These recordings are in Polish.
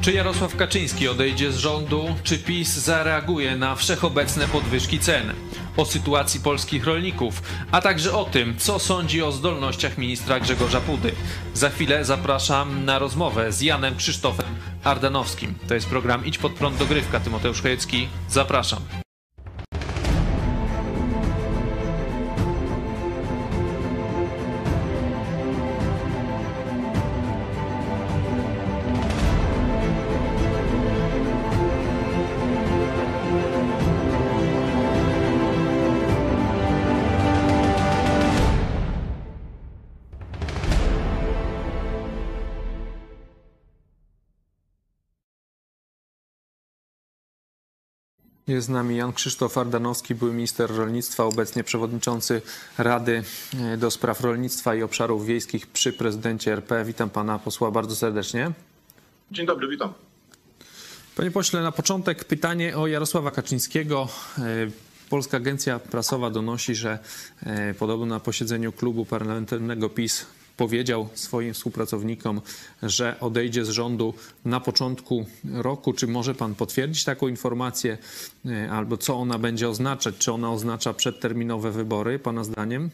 Czy Jarosław Kaczyński odejdzie z rządu, czy PiS zareaguje na wszechobecne podwyżki cen? O sytuacji polskich rolników, a także o tym, co sądzi o zdolnościach ministra Grzegorza Pudy. Za chwilę zapraszam na rozmowę z Janem Krzysztofem Ardanowskim. To jest program Idź Pod Prąd Dogrywka. Tymoteusz Chojecki, zapraszam. Jest z nami Jan Krzysztof Ardanowski, były minister rolnictwa, obecnie przewodniczący Rady do Spraw Rolnictwa i Obszarów Wiejskich przy prezydencie RP. Witam pana posła bardzo serdecznie. Dzień dobry, witam. Panie pośle, na początek pytanie o Jarosława Kaczyńskiego. Polska Agencja Prasowa donosi, że podobno na posiedzeniu klubu parlamentarnego PiS powiedział swoim współpracownikom, że odejdzie z rządu na początku roku. Czy może pan potwierdzić taką informację? Albo co ona będzie oznaczać? Czy ona oznacza przedterminowe wybory, pana zdaniem?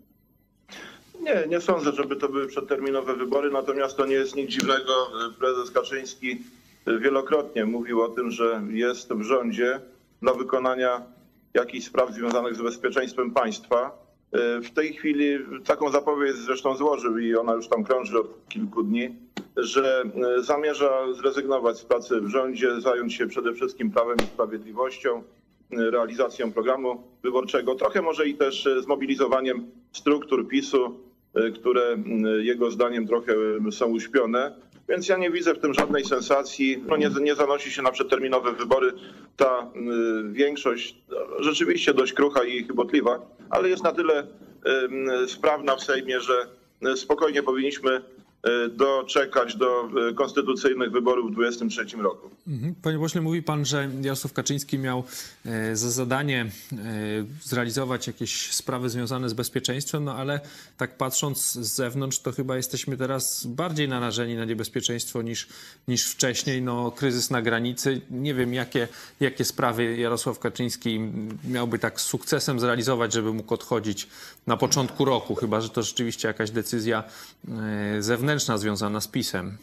Nie sądzę, żeby to były przedterminowe wybory, natomiast to nie jest nic dziwnego. Prezes Kaczyński wielokrotnie mówił o tym, że jest w rządzie dla wykonania jakichś spraw związanych z bezpieczeństwem państwa. W tej chwili taką zapowiedź zresztą złożył i ona już tam krąży od kilku dni, że zamierza zrezygnować z pracy w rządzie, zająć się przede wszystkim Prawem i Sprawiedliwością, realizacją programu wyborczego, trochę może i też zmobilizowaniem struktur PiS-u, które jego zdaniem trochę są uśpione. Więc ja nie widzę w tym żadnej sensacji. Nie zanosi się na przedterminowe wybory. Ta większość rzeczywiście dość krucha i chybotliwa, ale jest na tyle sprawna w Sejmie, że spokojnie powinniśmy doczekać do konstytucyjnych wyborów w 2023 roku. Panie pośle, mówi pan, że Jarosław Kaczyński miał za zadanie zrealizować jakieś sprawy związane z bezpieczeństwem, no ale tak patrząc z zewnątrz, to chyba jesteśmy teraz bardziej narażeni na niebezpieczeństwo niż wcześniej. No, kryzys na granicy. Nie wiem, jakie sprawy Jarosław Kaczyński miałby tak z sukcesem zrealizować, żeby mógł odchodzić na początku roku, chyba że to rzeczywiście jakaś decyzja zewnętrzna związana z PiS-em.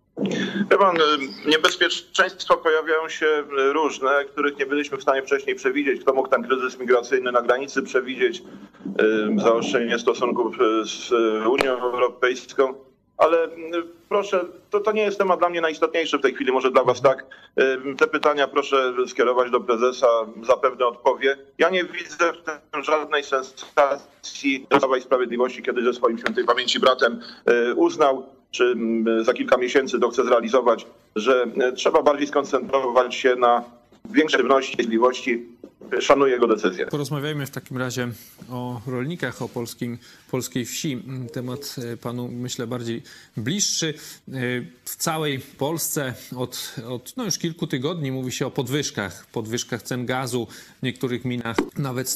Niebezpieczeństwa pojawiają się różne, których nie byliśmy w stanie wcześniej przewidzieć. Kto mógł ten kryzys migracyjny na granicy przewidzieć, zaostrzenie stosunków z Unią Europejską, ale proszę, to nie jest temat dla mnie najistotniejszy w tej chwili, może dla was tak. Te pytania proszę skierować do prezesa, zapewne odpowie. Ja nie widzę w tym żadnej sensacji Prawa i Sprawiedliwości, kiedy ze swoim świętej pamięci bratem uznał, czy za kilka miesięcy to chce zrealizować, że trzeba bardziej skoncentrować się na większej pewności, możliwości. Szanuję jego decyzję. Porozmawiajmy w takim razie o rolnikach, o polskiej wsi. Temat panu, myślę, bardziej bliższy. W całej Polsce od już kilku tygodni mówi się o podwyżkach cen gazu. W niektórych gminach nawet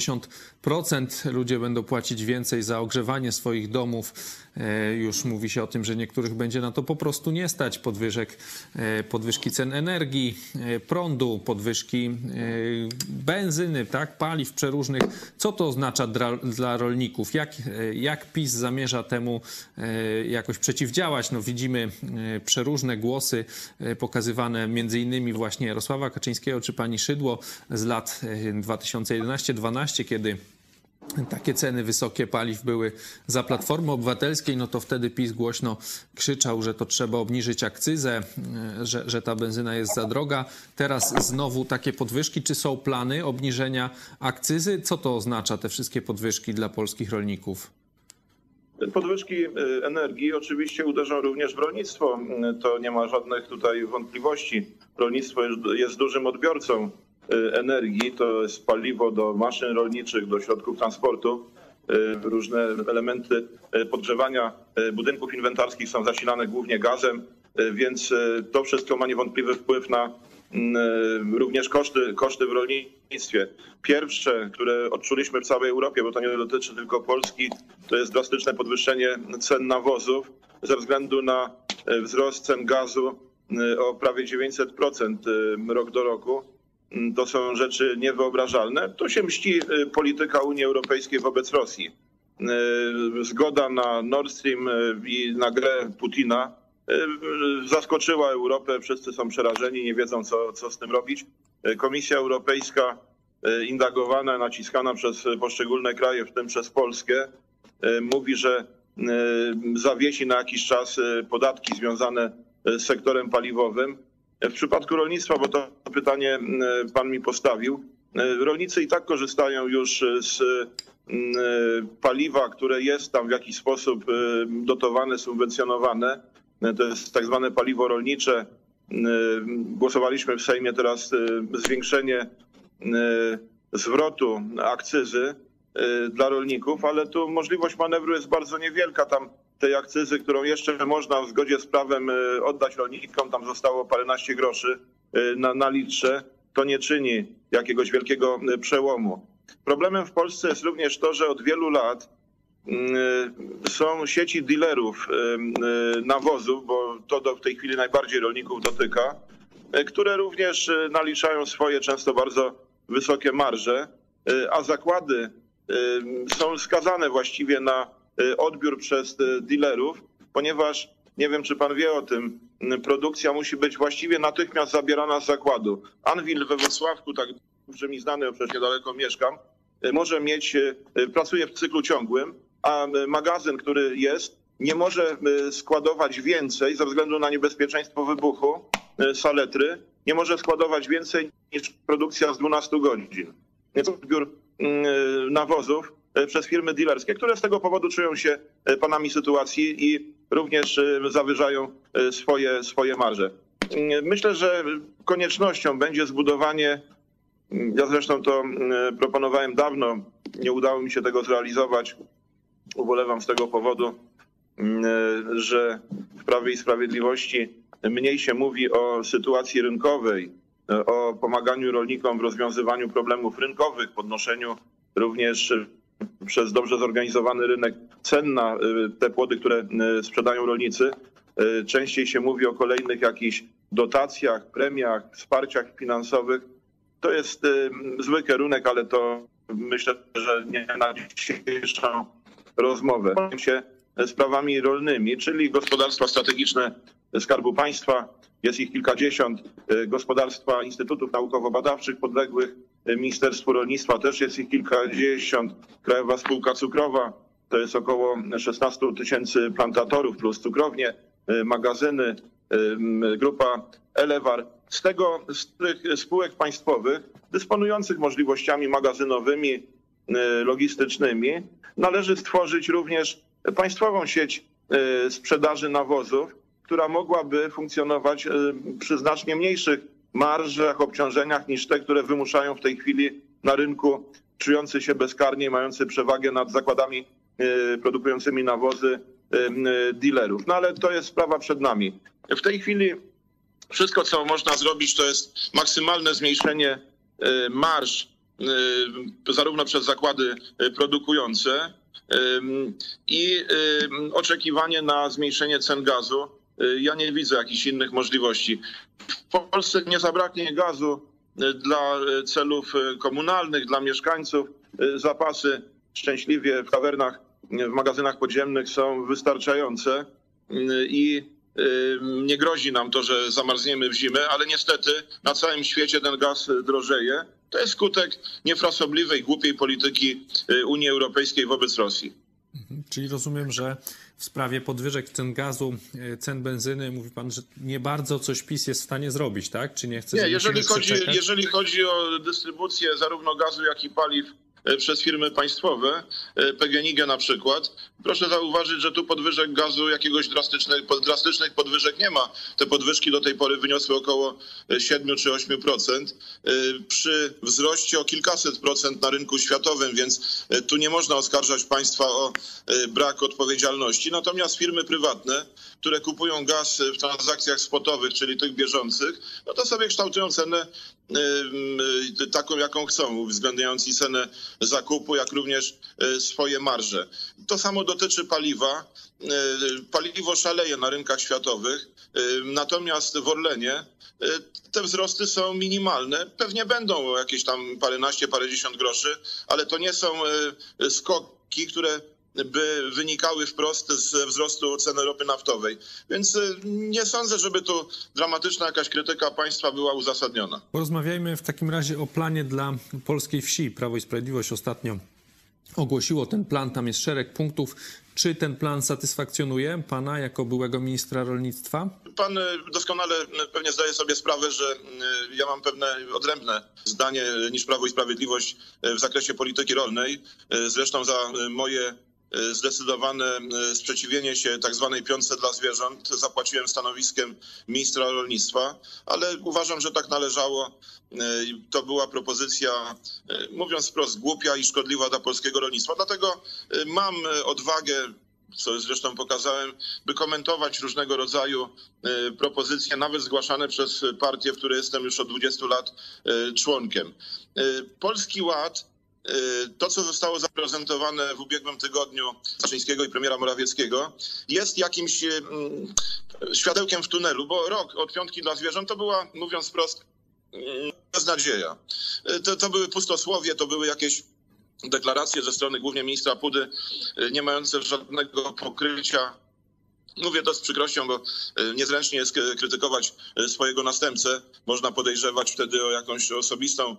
170% ludzie będą płacić więcej za ogrzewanie swoich domów. Już mówi się o tym, że niektórych będzie na to po prostu nie stać. Podwyżki cen energii, prądu, podwyżki benzyny, tak, paliw przeróżnych. Co to oznacza dla rolników? Jak PiS zamierza temu jakoś przeciwdziałać? No, widzimy przeróżne głosy pokazywane między innymi właśnie Jarosława Kaczyńskiego czy pani Szydło z lat 2011-2012, kiedy takie ceny wysokie paliw były za Platformy Obywatelskiej, no to wtedy PiS głośno krzyczał, że to trzeba obniżyć akcyzę, że ta benzyna jest za droga. Teraz znowu takie podwyżki. Czy są plany obniżenia akcyzy? Co to oznacza, te wszystkie podwyżki dla polskich rolników? Podwyżki energii oczywiście uderzą również w rolnictwo. To nie ma żadnych tutaj wątpliwości. Rolnictwo jest dużym odbiorcą energii, to jest paliwo do maszyn rolniczych, do środków transportu. Różne elementy podgrzewania budynków inwentarskich są zasilane głównie gazem, więc to wszystko ma niewątpliwy wpływ na również koszty w rolnictwie. Pierwsze, które odczuliśmy w całej Europie, bo to nie dotyczy tylko Polski, to jest drastyczne podwyższenie cen nawozów ze względu na wzrost cen gazu o prawie 900% rok do roku. To są rzeczy niewyobrażalne. To się mści polityka Unii Europejskiej wobec Rosji. Zgoda na Nord Stream i na grę Putina zaskoczyła Europę. Wszyscy są przerażeni, nie wiedzą, co z tym robić. Komisja Europejska, indagowana, naciskana przez poszczególne kraje, w tym przez Polskę, mówi, że zawiesi na jakiś czas podatki związane z sektorem paliwowym. W przypadku rolnictwa, bo to pytanie pan mi postawił, rolnicy i tak korzystają już z paliwa, które jest tam w jakiś sposób dotowane, subwencjonowane. To jest tak zwane paliwo rolnicze. Głosowaliśmy w Sejmie teraz zwiększenie zwrotu akcyzy dla rolników, ale tu możliwość manewru jest bardzo niewielka. Tam tej akcyzy, którą jeszcze można w zgodzie z prawem oddać rolnikom, tam zostało paręnaście groszy na litrze. To nie czyni jakiegoś wielkiego przełomu. Problemem w Polsce jest również to, że od wielu lat są sieci dealerów nawozów, bo to w tej chwili najbardziej rolników dotyka, które również naliczają swoje często bardzo wysokie marże, a zakłady są skazane właściwie na odbiór przez dealerów, ponieważ, nie wiem czy pan wie o tym, produkcja musi być właściwie natychmiast zabierana z zakładu. Anwil we Wrocławku, tak dobrze mi znany, bo przecież niedaleko mieszkam, może pracuje w cyklu ciągłym, a magazyn, który jest, nie może składować więcej ze względu na niebezpieczeństwo wybuchu saletry, nie może składować więcej niż produkcja z 12 godzin. Jest odbiór nawozów przez firmy dealerskie, które z tego powodu czują się panami sytuacji i również zawyżają swoje marże. Myślę, że koniecznością będzie zbudowanie, ja zresztą to proponowałem dawno, nie udało mi się tego zrealizować, ubolewam z tego powodu, że w Prawie i Sprawiedliwości mniej się mówi o sytuacji rynkowej, o pomaganiu rolnikom w rozwiązywaniu problemów rynkowych, podnoszeniu również przez dobrze zorganizowany rynek cen na te płody, które sprzedają rolnicy. Częściej się mówi o kolejnych jakichś dotacjach, premiach, wsparciach finansowych. To jest zły kierunek, ale to myślę, że nie na dzisiejszą rozmowę. Zajmuję się sprawami rolnymi, czyli gospodarstwa strategiczne Skarbu Państwa. Jest ich kilkadziesiąt. Gospodarstwa instytutów naukowo-badawczych podległych Ministerstwu Rolnictwa też jest ich kilkadziesiąt. Krajowa Spółka Cukrowa to jest około 16 000 plantatorów plus cukrownie, magazyny, grupa Elewar. Z tych spółek państwowych dysponujących możliwościami magazynowymi, logistycznymi należy stworzyć również państwową sieć sprzedaży nawozów, która mogłaby funkcjonować przy znacznie mniejszych marżach, obciążeniach niż te, które wymuszają w tej chwili na rynku czujący się bezkarnie, mający przewagę nad zakładami produkującymi nawozy dealerów. No ale to jest sprawa przed nami. W tej chwili wszystko, co można zrobić, to jest maksymalne zmniejszenie marż zarówno przez zakłady produkujące i oczekiwanie na zmniejszenie cen gazu. Ja nie widzę jakichś innych możliwości. W Polsce nie zabraknie gazu dla celów komunalnych, dla mieszkańców. Zapasy szczęśliwie w kawernach, w magazynach podziemnych są wystarczające i nie grozi nam to, że zamarzniemy w zimę, ale niestety na całym świecie ten gaz drożeje. To jest skutek niefrasobliwej, głupiej polityki Unii Europejskiej wobec Rosji. Czyli rozumiem, że w sprawie podwyżek cen gazu, cen benzyny, mówi pan, że nie bardzo coś PiS jest w stanie zrobić, tak? Czy nie chce? Nie, jeżeli chodzi o dystrybucję zarówno gazu, jak i paliw przez firmy państwowe, PGNiG na przykład. Proszę zauważyć, że tu podwyżek gazu jakiegoś drastycznych podwyżek nie ma. Te podwyżki do tej pory wyniosły około 7 czy 8% przy wzroście o kilkaset procent na rynku światowym, więc tu nie można oskarżać państwa o brak odpowiedzialności. Natomiast firmy prywatne, które kupują gaz w transakcjach spotowych, czyli tych bieżących, no to sobie kształtują cenę taką, jaką chcą, uwzględniając i cenę zakupu, jak również swoje marże. To samo dotyczy paliwa. Paliwo szaleje na rynkach światowych, natomiast w Orlenie te wzrosty są minimalne. Pewnie będą jakieś tam paręnaście, parędziesiąt groszy, ale to nie są skoki, które by wynikały wprost ze wzrostu ceny ropy naftowej. Więc nie sądzę, żeby tu dramatyczna jakaś krytyka państwa była uzasadniona. Porozmawiajmy w takim razie o planie dla polskiej wsi. Prawo i Sprawiedliwość ostatnio ogłosiło ten plan, tam jest szereg punktów. Czy ten plan satysfakcjonuje pana jako byłego ministra rolnictwa? Pan doskonale pewnie zdaje sobie sprawę, że ja mam pewne odrębne zdanie niż Prawo i Sprawiedliwość w zakresie polityki rolnej. Zresztą za moje zdecydowane sprzeciwienie się tak zwanej piątce dla zwierząt zapłaciłem stanowiskiem ministra rolnictwa, ale uważam, że tak należało. To była propozycja, mówiąc wprost, głupia i szkodliwa dla polskiego rolnictwa. Dlatego mam odwagę, co zresztą pokazałem, by komentować różnego rodzaju propozycje, nawet zgłaszane przez partię, w której jestem już od 20 lat członkiem. Polski Ład, to, co zostało zaprezentowane w ubiegłym tygodniu Kaczyńskiego i premiera Morawieckiego, jest jakimś światełkiem w tunelu, bo rok od piątki dla zwierząt to była, mówiąc wprost, beznadzieja. To były pustosłowie, to były jakieś deklaracje ze strony głównie ministra Pudy, nie mające żadnego pokrycia. Mówię to z przykrością, bo niezręcznie jest krytykować swojego następcę. Można podejrzewać wtedy o jakąś osobistą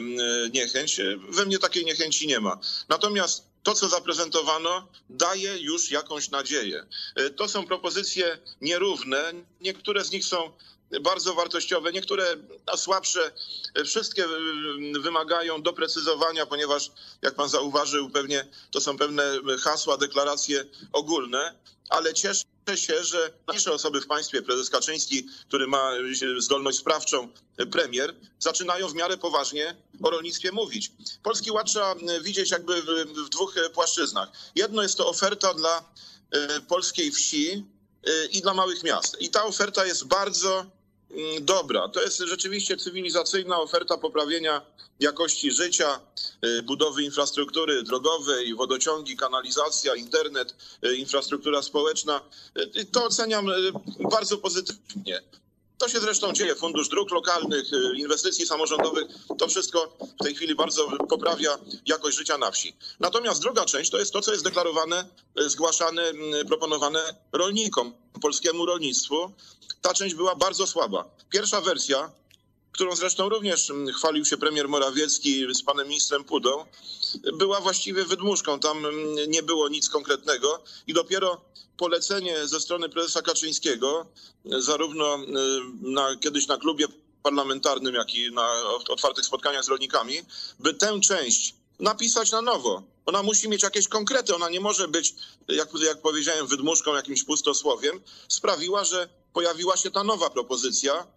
niechęć. We mnie takiej niechęci nie ma. Natomiast to, co zaprezentowano, daje już jakąś nadzieję. To są propozycje nierówne. Niektóre z nich są bardzo wartościowe, niektóre słabsze. Wszystkie wymagają doprecyzowania, ponieważ, jak pan zauważył, pewnie to są pewne hasła, deklaracje ogólne, ale cieszę się, że najważniejsze osoby w państwie, prezes Kaczyński, który ma zdolność sprawczą, premier, zaczynają w miarę poważnie o rolnictwie mówić. Polski Ład trzeba widzieć jakby w dwóch płaszczyznach. Jedno jest to oferta dla polskiej wsi i dla małych miast. I ta oferta jest bardzo dobra. To jest rzeczywiście cywilizacyjna oferta poprawienia jakości życia, budowy infrastruktury drogowej, wodociągi, kanalizacja, internet, infrastruktura społeczna. To oceniam bardzo pozytywnie. To się zresztą dzieje. Fundusz Dróg Lokalnych, inwestycji samorządowych, to wszystko w tej chwili bardzo poprawia jakość życia na wsi. Natomiast druga część to jest to, co jest deklarowane, zgłaszane, proponowane rolnikom, polskiemu rolnictwu. Ta część była bardzo słaba. Pierwsza wersja, którą zresztą również chwalił się premier Morawiecki z panem ministrem Pudą, była właściwie wydmuszką. Tam nie było nic konkretnego i polecenie ze strony prezesa Kaczyńskiego, zarówno kiedyś na klubie parlamentarnym, jak i na otwartych spotkaniach z rolnikami, by tę część napisać na nowo. Ona musi mieć jakieś konkrety, ona nie może być, jak powiedziałem, wydmuszką, jakimś pustosłowiem. Sprawiła, że pojawiła się ta nowa propozycja,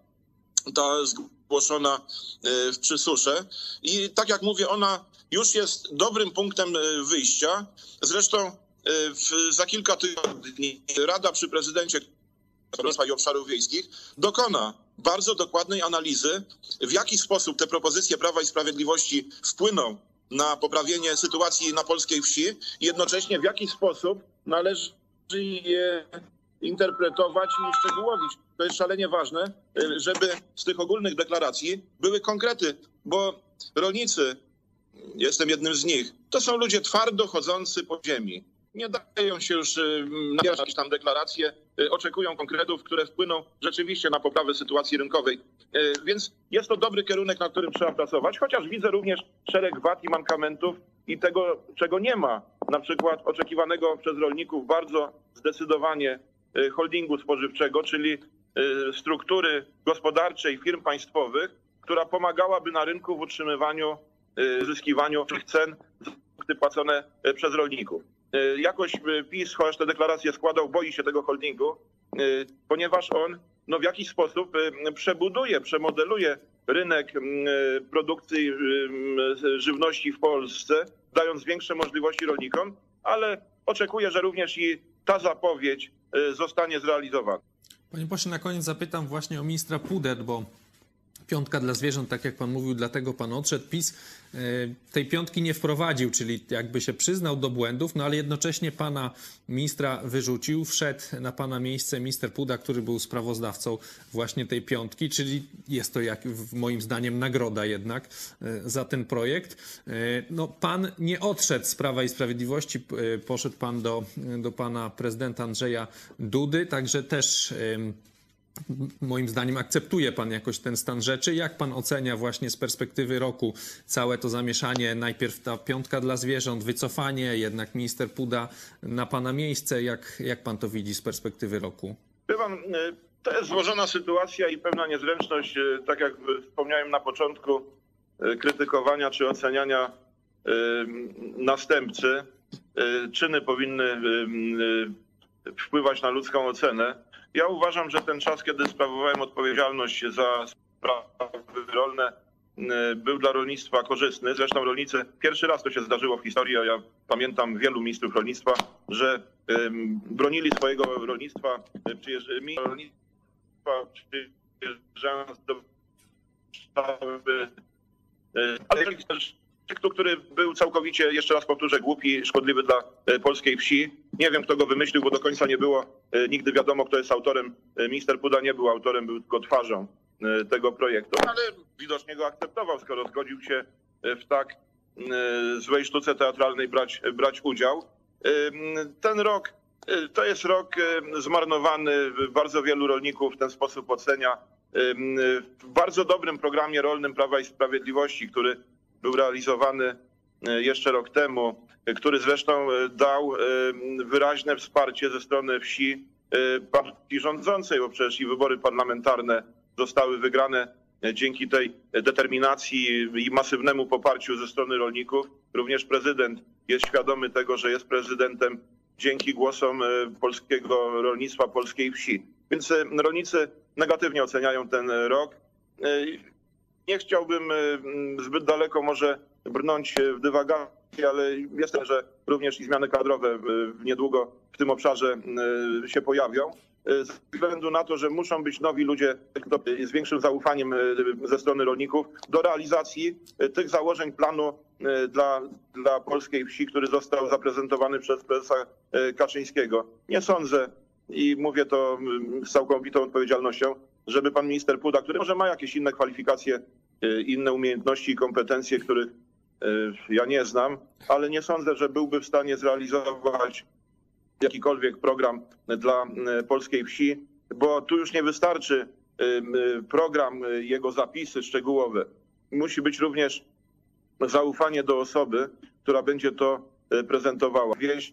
ta zgłoszona w Przysusze. I tak jak mówię, ona już jest dobrym punktem wyjścia. Zresztą za kilka tygodni Rada przy prezydencie Rolnictwa i Obszarów Wiejskich dokona bardzo dokładnej analizy, w jaki sposób te propozycje Prawa i Sprawiedliwości wpłyną na poprawienie sytuacji na polskiej wsi i jednocześnie w jaki sposób należy je interpretować i uszczegółowić. To jest szalenie ważne, żeby z tych ogólnych deklaracji były konkrety, bo rolnicy, jestem jednym z nich, to są ludzie twardo chodzący po ziemi. Nie dają się już nabierać jakieś tam deklaracje, oczekują konkretów, które wpłyną rzeczywiście na poprawę sytuacji rynkowej. Więc jest to dobry kierunek, na którym trzeba pracować, chociaż widzę również szereg wad i mankamentów i tego, czego nie ma, na przykład oczekiwanego przez rolników bardzo zdecydowanie holdingu spożywczego, czyli struktury gospodarczej firm państwowych, która pomagałaby na rynku w utrzymywaniu, zyskiwaniu tych cen płacone przez rolników. Jakoś PiS, chociaż te deklaracje składał, boi się tego holdingu, ponieważ on w jakiś sposób przemodeluje rynek produkcji żywności w Polsce, dając większe możliwości rolnikom, ale oczekuję, że również i ta zapowiedź zostanie zrealizowana. Panie pośle, na koniec zapytam właśnie o ministra Pudę, bo Piątka dla zwierząt, tak jak pan mówił, dlatego pan odszedł. PiS tej piątki nie wprowadził, czyli jakby się przyznał do błędów, no ale jednocześnie pana ministra wyrzucił, wszedł na pana miejsce minister Puda, który był sprawozdawcą właśnie tej piątki, czyli jest to moim zdaniem nagroda jednak za ten projekt. No pan nie odszedł z Prawa i Sprawiedliwości, poszedł pan do pana prezydenta Andrzeja Dudy, także też moim zdaniem akceptuje pan jakoś ten stan rzeczy. Jak pan ocenia właśnie z perspektywy roku całe to zamieszanie? Najpierw ta piątka dla zwierząt, wycofanie, jednak minister Puda na pana miejsce. Jak pan to widzi z perspektywy roku? Wie pan, to jest złożona sytuacja i pewna niezręczność, tak jak wspomniałem na początku, krytykowania czy oceniania następcy. Czyny powinny wpływać na ludzką ocenę. Ja uważam, że ten czas, kiedy sprawowałem odpowiedzialność za sprawy rolne, był dla rolnictwa korzystny. Zresztą rolnicy, pierwszy raz to się zdarzyło w historii, a ja pamiętam wielu ministrów rolnictwa, że bronili swojego rolnictwa, przyjeżdżając do ale który był całkowicie, jeszcze raz powtórzę, głupi, szkodliwy dla polskiej wsi. Nie wiem, kto go wymyślił, bo do końca nie było nigdy wiadomo, kto jest autorem. Minister Puda nie był autorem, był tylko twarzą tego projektu, ale widocznie go akceptował, skoro zgodził się w tak złej sztuce teatralnej brać udział. Ten rok to jest rok zmarnowany, bardzo wielu rolników w ten sposób ocenia. W bardzo dobrym programie rolnym Prawa i Sprawiedliwości, który był realizowany jeszcze rok temu, który zresztą dał wyraźne wsparcie ze strony wsi partii rządzącej, bo przecież i wybory parlamentarne zostały wygrane dzięki tej determinacji i masywnemu poparciu ze strony rolników. Również prezydent jest świadomy tego, że jest prezydentem dzięki głosom polskiego rolnictwa, polskiej wsi. Więc rolnicy negatywnie oceniają ten rok. Nie chciałbym zbyt daleko może brnąć w dywagację, ale jestem, że również i zmiany kadrowe niedługo w tym obszarze się pojawią. Ze względu na to, że muszą być nowi ludzie z większym zaufaniem ze strony rolników do realizacji tych założeń planu dla polskiej wsi, który został zaprezentowany przez prezesa Kaczyńskiego. Nie sądzę, i mówię to z całkowitą odpowiedzialnością, żeby pan minister Puda, który może ma jakieś inne kwalifikacje, inne umiejętności i kompetencje, których ja nie znam, ale nie sądzę, że byłby w stanie zrealizować jakikolwiek program dla polskiej wsi, bo tu już nie wystarczy program, jego zapisy szczegółowe. Musi być również zaufanie do osoby, która będzie to prezentowała. Wieś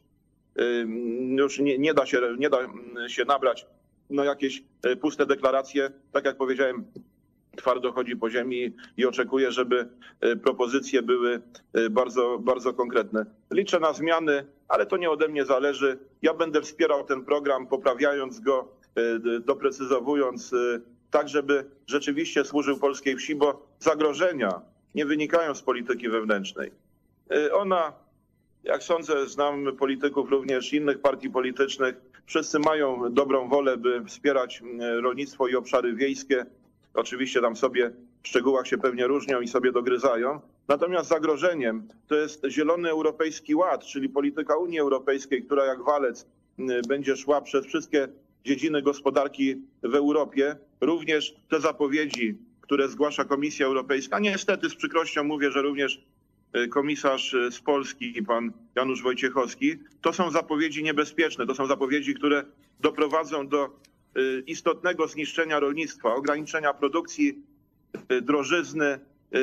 już nie da się nabrać jakieś puste deklaracje. Tak jak powiedziałem, twardo chodzi po ziemi i oczekuję, żeby propozycje były bardzo, bardzo konkretne. Liczę na zmiany, ale to nie ode mnie zależy. Ja będę wspierał ten program, poprawiając go, doprecyzowując, tak żeby rzeczywiście służył polskiej wsi, bo zagrożenia nie wynikają z polityki wewnętrznej. Ona, jak sądzę, znam polityków również innych partii politycznych, wszyscy mają dobrą wolę, by wspierać rolnictwo i obszary wiejskie. Oczywiście tam sobie w szczegółach się pewnie różnią i sobie dogryzają. Natomiast zagrożeniem to jest Zielony Europejski Ład, czyli polityka Unii Europejskiej, która jak walec będzie szła przez wszystkie dziedziny gospodarki w Europie. Również te zapowiedzi, które zgłasza Komisja Europejska, niestety z przykrością mówię, że również komisarz z Polski, pan Janusz Wojciechowski, to są zapowiedzi niebezpieczne, to są zapowiedzi, które doprowadzą do istotnego zniszczenia rolnictwa, ograniczenia produkcji, drożyzny.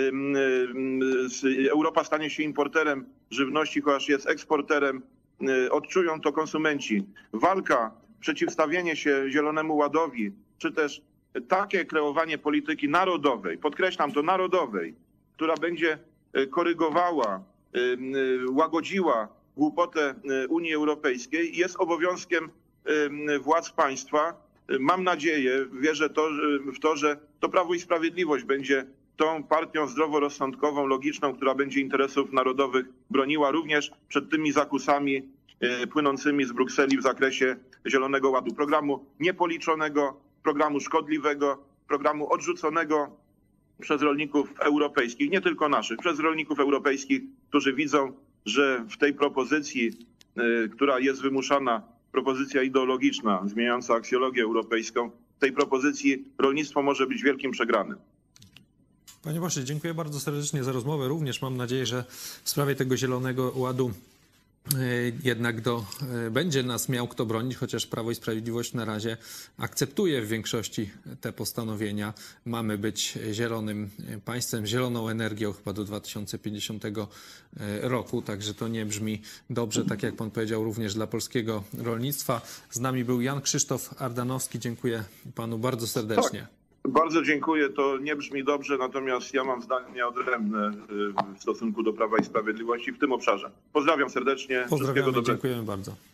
Europa stanie się importerem żywności, chociaż jest eksporterem. Odczują to konsumenci. Walka, przeciwstawienie się Zielonemu Ładowi, czy też takie kreowanie polityki narodowej, podkreślam to narodowej, która będzie korygowała, łagodziła głupotę Unii Europejskiej, jest obowiązkiem władz państwa. Mam nadzieję, wierzę w to, że to Prawo i Sprawiedliwość będzie tą partią zdroworozsądkową, logiczną, która będzie interesów narodowych broniła również przed tymi zakusami płynącymi z Brukseli w zakresie Zielonego Ładu. Programu niepoliczonego, programu szkodliwego, programu odrzuconego przez rolników europejskich, nie tylko naszych, przez rolników europejskich, którzy widzą, że w tej propozycji, która jest wymuszana, propozycja ideologiczna, zmieniająca aksjologię europejską, w tej propozycji rolnictwo może być wielkim przegranym. Panie pośle, dziękuję bardzo serdecznie za rozmowę. Również mam nadzieję, że w sprawie tego Zielonego Ładu jednak będzie nas miał kto bronić, chociaż Prawo i Sprawiedliwość na razie akceptuje w większości te postanowienia. Mamy być zielonym państwem, zieloną energią chyba do 2050 roku, także to nie brzmi dobrze, tak jak pan powiedział, również dla polskiego rolnictwa. Z nami był Jan Krzysztof Ardanowski. Dziękuję panu bardzo serdecznie. Tak. Bardzo dziękuję. To nie brzmi dobrze, natomiast ja mam zdanie odrębne w stosunku do Prawa i Sprawiedliwości w tym obszarze. Pozdrawiam serdecznie. Wszystkiego Pozdrawiamy, dobrego. dziękujemy bardzo.